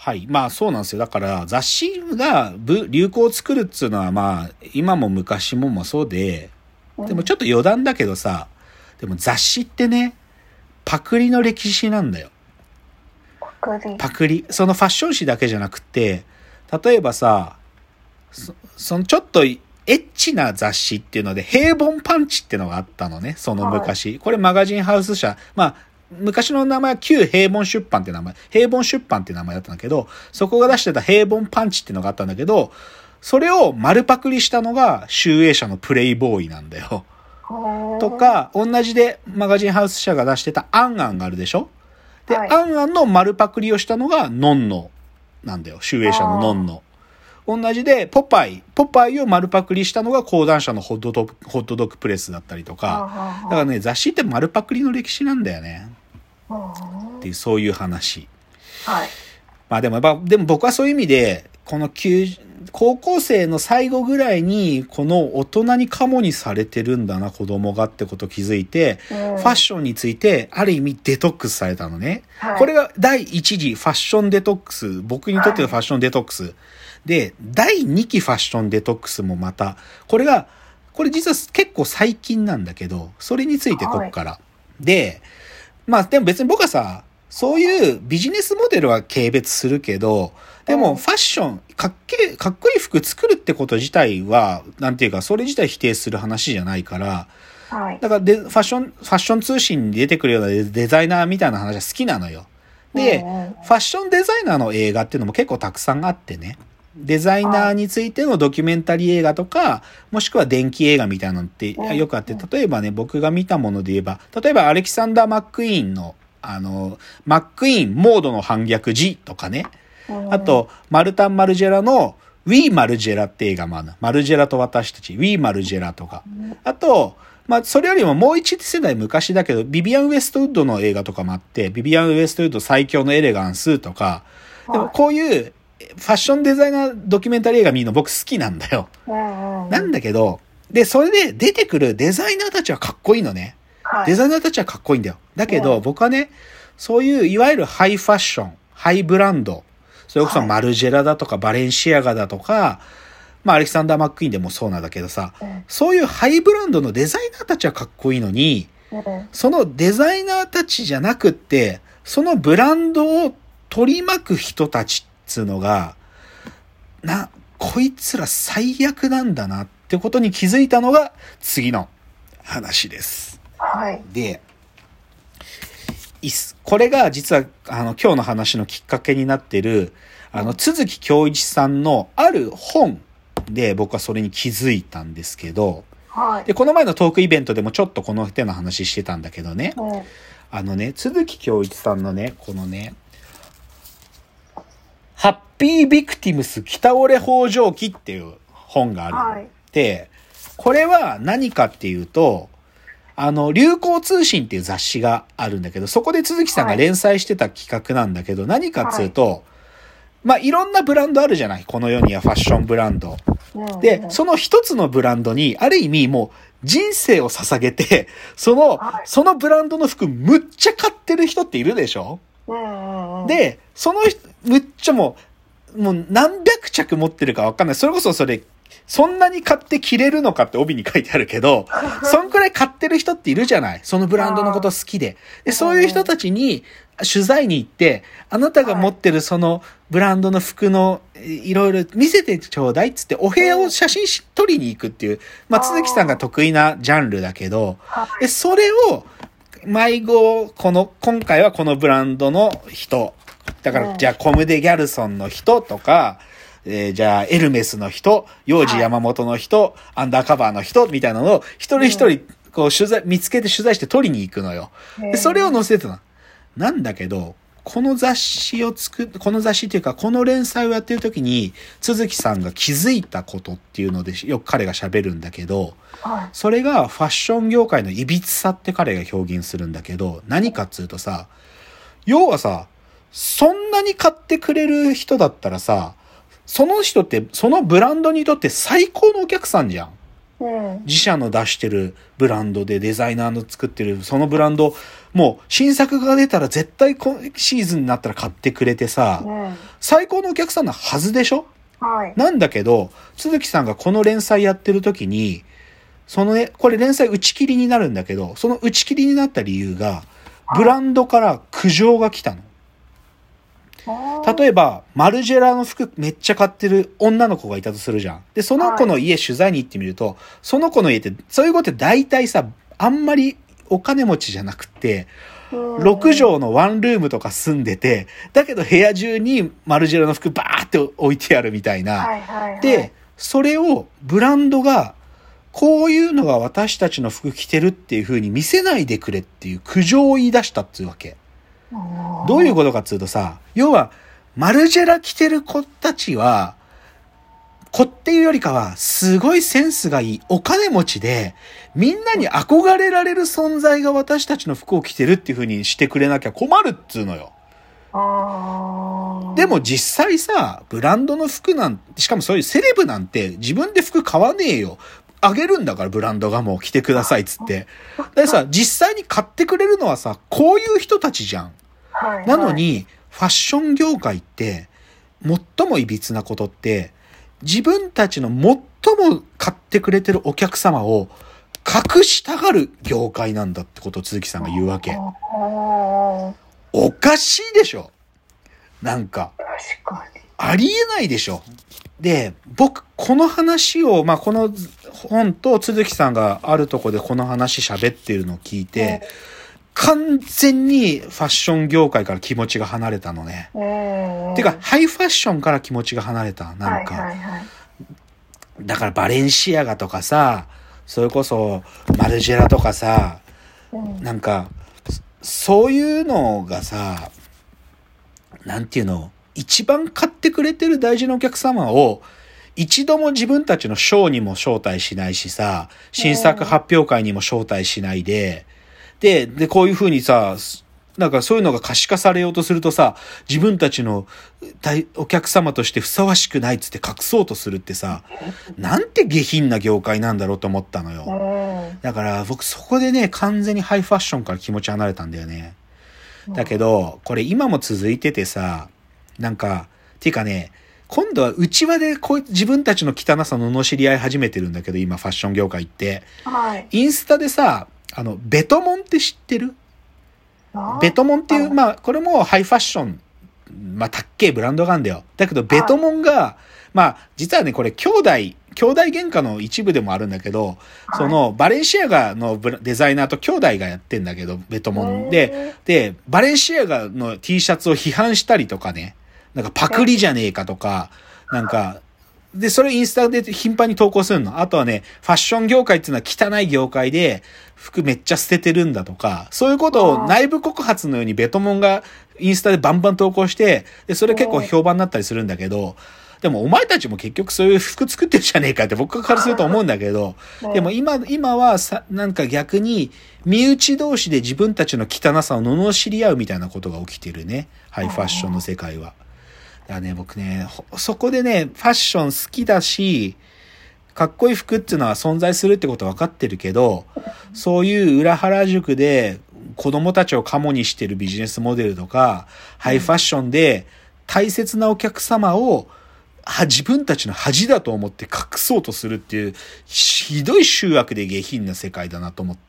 はい。まあそうなんですよ。だから雑誌が流行を作るっつうのはまあ今も昔もそうで、でもちょっと余談だけどさ、でも雑誌ってね、パクリの歴史なんだよ。パクリ。そのファッション誌だけじゃなくて、例えばさ、そのちょっとエッチな雑誌っていうので、平凡パンチってのがあったのね、その昔。はい、これマガジンハウス社、まあ、昔の名前は旧平凡出版って名前、平凡出版って名前だったんだけど、そこが出してた平凡パンチってのがあったんだけど、それを丸パクリしたのが集英社のプレイボーイなんだよ。とか、同じでマガジンハウス社が出してたアンアンがあるでしょ。で、はい、アンアンの丸パクリをしたのがノンノなんだよ。集英社のノンノ。同じで、ポパイを丸パクリしたのが講談社のホットドッグプレスだったりとか。だからね、雑誌って丸パクリの歴史なんだよね。っていう、そういう話。 はい。 まあでも僕はそういう意味で、この高校生の最後ぐらいに、この大人にカモにされてるんだな、子供がってことを気づいて、ファッションについて、ある意味デトックスされたのね。はい、これが第一次ファッションデトックス。僕にとってのファッションデトックス。はい、で、第2期ファッションデトックスもまた、これ実は結構最近なんだけど、それについてこっから。はい、で、まあでも別に僕はさ、そういうビジネスモデルは軽蔑するけど、でもファッション、かっこいい服作るってこと自体は、なんていうか、それ自体否定する話じゃないから、はい、だからファッション通信に出てくるようなデザイナーみたいな話は好きなのよ。で、ファッションデザイナーの映画っていうのも結構たくさんあってね。デザイナーについてのドキュメンタリー映画とか、もしくは電気映画みたいなのってよくあって、例えばね、僕が見たもので言えば、例えばアレキサンダー・マックイーンの、マックイーンモードの反逆時とかね。あと、マルタン・マルジェラのウィー・マルジェラって映画もある。マルジェラと私たち、ウィー・マルジェラとか。あと、まあ、それよりももう一世代昔だけど、ビビアン・ウェストウッドの映画とかもあって、ビビアン・ウェストウッド最強のエレガンスとか、でもこういうファッションデザイナードキュメンタリー映画見るの僕好きなんだよ。なんだけど、で、それで出てくるデザイナーたちはかっこいいのね。デザイナーたちはかっこいいんだよ。だけど、僕はね、そういういわゆるハイファッション、ハイブランド、それこそマルジェラだとかバレンシアガだとか、まあアレキサンダー・マックイーンでもそうなんだけどさ、そういうハイブランドのデザイナーたちはかっこいいのに、そのデザイナーたちじゃなくって、そのブランドを取り巻く人たちっつうのが、こいつら最悪なんだなってことに気づいたのが次の話です。 はい。 で、これが実は今日の話のきっかけになってる都築恭一さんのある本で僕はそれに気づいたんですけど、 はい、 でこの前のトークイベントでもちょっとこの手の話してたんだけどね、都築恭一さんのねこのねハッピービクティムス北折れ北条記っていう本がある、はい、でこれは何かっていうと流行通信っていう雑誌があるんだけど、そこで都築さんが連載してた企画なんだけど、何かっつうと、まあ、いろんなブランドあるじゃない。この世にはファッションブランド。で、その一つのブランドに、ある意味もう人生を捧げて、そのブランドの服むっちゃ買ってる人っているでしょ？で、むっちゃもう何百着持ってるかわかんない。それこそそんなに買って着れるのかって帯に書いてあるけど、そんくらい買ってる人っているじゃない。そのブランドのこと好きで。で、そういう人たちに取材に行って、あなたが持ってるそのブランドの服のいろいろ見せてちょうだいっつってお部屋を写真撮りに行くっていう、まあ、都築さんが得意なジャンルだけど、で、それを迷子、今回はこのブランドの人。だから、じゃあコムデ・ギャルソンの人とか、じゃあエルメスの人、幼児山本の人、アンダーカバーの人みたいなのを一人一人こう見つけて取材して撮りに行くのよ。で、それを載せてたの。なんだけど、この雑誌っていうか、この連載をやってる時に、都築さんが気づいたことっていうので、よく彼が喋るんだけど、それがファッション業界のいびつさって彼が表現するんだけど、何かっつうとさ、要はさ、そんなに買ってくれる人だったらさ、その人って、そのブランドにとって最高のお客さんじゃん。 自社の出してるブランドでデザイナーの作ってるそのブランド、もう新作が出たら絶対今シーズンになったら買ってくれてさ、最高のお客さんのはずでしょ？なんだけど、鈴木さんがこの連載やってる時に、そのね、これ連載打ち切りになるんだけど、その打ち切りになった理由が、ブランドから苦情が来たの。例えば、マルジェラの服めっちゃ買ってる女の子がいたとするじゃん。で、その子の家取材に行ってみると、その子の家って、そういう子って大体さ、あんまりお金持ちじゃなくて、6畳のワンルームとか住んでて、だけど部屋中にマルジェラの服バーって置いてあるみたいな。で、それをブランドが、こういうのが私たちの服着てるっていう風に見せないでくれっていう苦情を言い出したっていうわけ。どういうことかっていうとさ、要は、マルジェラ着てる子たちは、子っていうよりかは、すごいセンスがいい、お金持ちで、みんなに憧れられる存在が私たちの服を着てるっていう風にしてくれなきゃ困るっつうのよ。でも実際さ、ブランドの服なんて、しかもそういうセレブなんて自分で服買わねえよ。あげるんだからブランドがもう着てくださいっつって。でさ、実際に買ってくれるのはさ、こういう人たちじゃん。なのに、ファッション業界って、最もいびつなことって、自分たちの最も買ってくれてるお客様を隠したがる業界なんだってことを鈴木さんが言うわけ。おかしいでしょ？なんか。確かに。ありえないでしょ？で、僕、この話を、この本と鈴木さんがあるとこでこの話喋ってるのを聞いて、完全にファッション業界から気持ちが離れたのね。てか、ハイファッションから気持ちが離れた。なんか。だからバレンシアガとかさ、それこそマルジェラとかさ、なんか、そういうのがさ、なんていうの、一番買ってくれてる大事なお客様を、一度も自分たちのショーにも招待しないしさ、新作発表会にも招待しないで、で、こういう風にさ、なんかそういうのが可視化されようとするとさ、自分たちのお客様としてふさわしくないっつって隠そうとするってさ、なんて下品な業界なんだろうと思ったのよ。だから僕そこでね、完全にハイファッションから気持ち離れたんだよね。だけど、これ今も続いててさ、なんか、ていうかね、今度は内輪で自分たちの汚さの罵り合い始めてるんだけど、今ファッション業界って。インスタでさ、ベトモンって知ってる？ベトモンっていう、これもハイファッション、たっけえブランドがあるんだよ。だけど、ベトモンが、実はね、これ兄弟喧嘩の一部でもあるんだけど、その、バレンシアガのデザイナーと兄弟がやってんだけど、ベトモンで、バレンシアガの T シャツを批判したりとかね、なんかパクリじゃねえかとか、なんか、で、それインスタで頻繁に投稿するの。あとはね、ファッション業界っていうのは汚い業界で、服めっちゃ捨ててるんだとか、そういうことを内部告発のようにベトモンがインスタでバンバン投稿して、で、それ結構評判になったりするんだけど、でもお前たちも結局そういう服作ってるじゃねえかって僕からすると思うんだけど、でも今はなんか逆に身内同士で自分たちの汚さを罵り合うみたいなことが起きてるね。ハイファッションの世界は。だからね、僕ね、そこでね、ファッション好きだし、かっこいい服っていうのは存在するってことは分かってるけど、そういう裏原宿で子供たちをカモにしてるビジネスモデルとか、ハイファッションで大切なお客様を自分たちの恥だと思って隠そうとするっていう、ひどい醜悪で下品な世界だなと思って、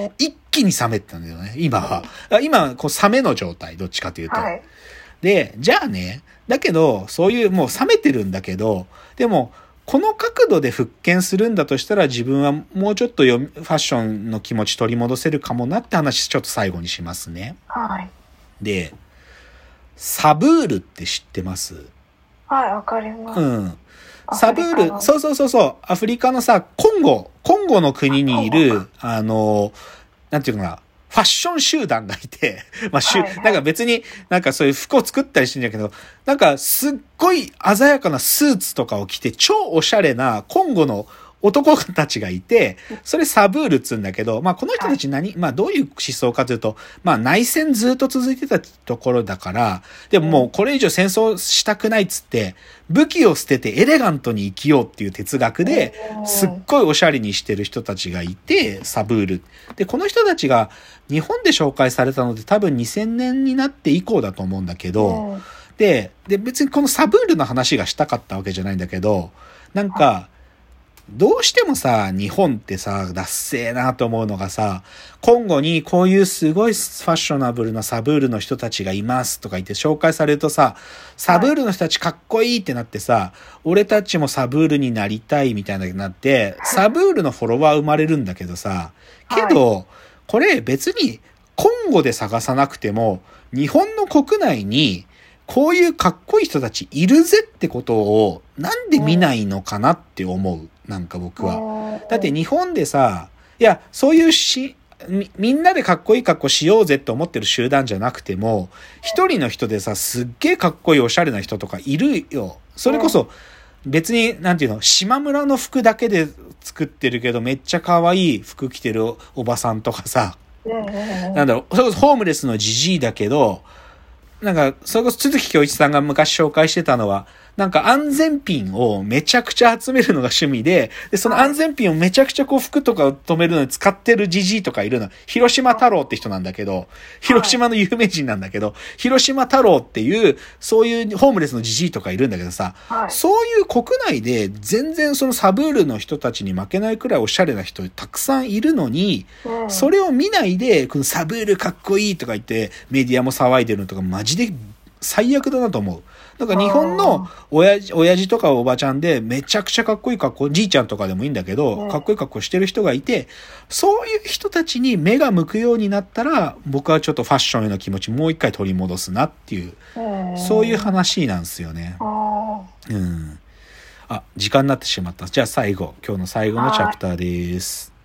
一気に冷めてたんだよね、今は。今、冷めの状態、どっちかというと。で、じゃあね、だけど、そういう、もう冷めてるんだけど、でも、この角度で復権するんだとしたら自分はもうちょっとファッションの気持ち取り戻せるかもなって話ちょっと最後にしますね。で、サブールって知ってます？ わかります。 サブール、そう、アフリカのさ、コンゴの国にいる、なんていうかな、ファッション集団がいて、なんか別になんかそういう服を作ったりしてんだけど、なんかすっごい鮮やかなスーツとかを着て超おしゃれなコンゴの男たちがいて、それサブールっつうんだけど、まあこの人たちまあどういう思想かというと、まあ内戦ずっと続いてたところだから、でももうこれ以上戦争したくないっつって、武器を捨ててエレガントに生きようっていう哲学で、すっごいおしゃれにしてる人たちがいて、サブール。で、この人たちが日本で紹介されたので多分2000年になって以降だと思うんだけど、で、別にこのサブールの話がしたかったわけじゃないんだけど、なんか、どうしてもさ、日本ってさ、ダッセーなと思うのがさ、コンゴにこういうすごいファッショナブルなサブールの人たちがいますとか言って紹介されるとさ、サブールの人たちかっこいいってなってさ、俺たちもサブールになりたいみたいなになって、サブールのフォロワー生まれるんだけどさ、けど、これ別にコンゴで探さなくても、日本の国内に、こういうかっこいい人たちいるぜってことをなんで見ないのかなって思う。なんか僕は。だって日本でさ、いや、そういうみんなでかっこいい格好しようぜって思ってる集団じゃなくても、一人の人でさ、すっげえかっこいいおしゃれな人とかいるよ。それこそ別に、なんていうの、島村の服だけで作ってるけどめっちゃ可愛い服着てるおばさんとかさ、なんだろう、それこそホームレスのジジイだけど、なんか、それこそ都築恭一さんが昔紹介してたのは、なんか安全ピンをめちゃくちゃ集めるのが趣味で、その安全ピンをめちゃくちゃこう服とかを止めるのに使ってるジジイとかいるの。広島太郎って人なんだけど、広島の有名人なんだけど、広島太郎っていう、そういうホームレスのジジイとかいるんだけどさ、そういう国内で全然そのサブールの人たちに負けないくらいおしゃれな人たくさんいるのに、それを見ないで、このサブールかっこいいとか言ってメディアも騒いでるのとかマジで最悪だなと思う。だから日本の親父とかおばちゃんでめちゃくちゃかっこいい格好、じいちゃんとかでもいいんだけど、かっこいい格好してる人がいて、そういう人たちに目が向くようになったら、僕はちょっとファッションへの気持ちもう一回取り戻すなっていう、そういう話なんですよね。時間になってしまった。じゃあ今日の最後のチャプターです。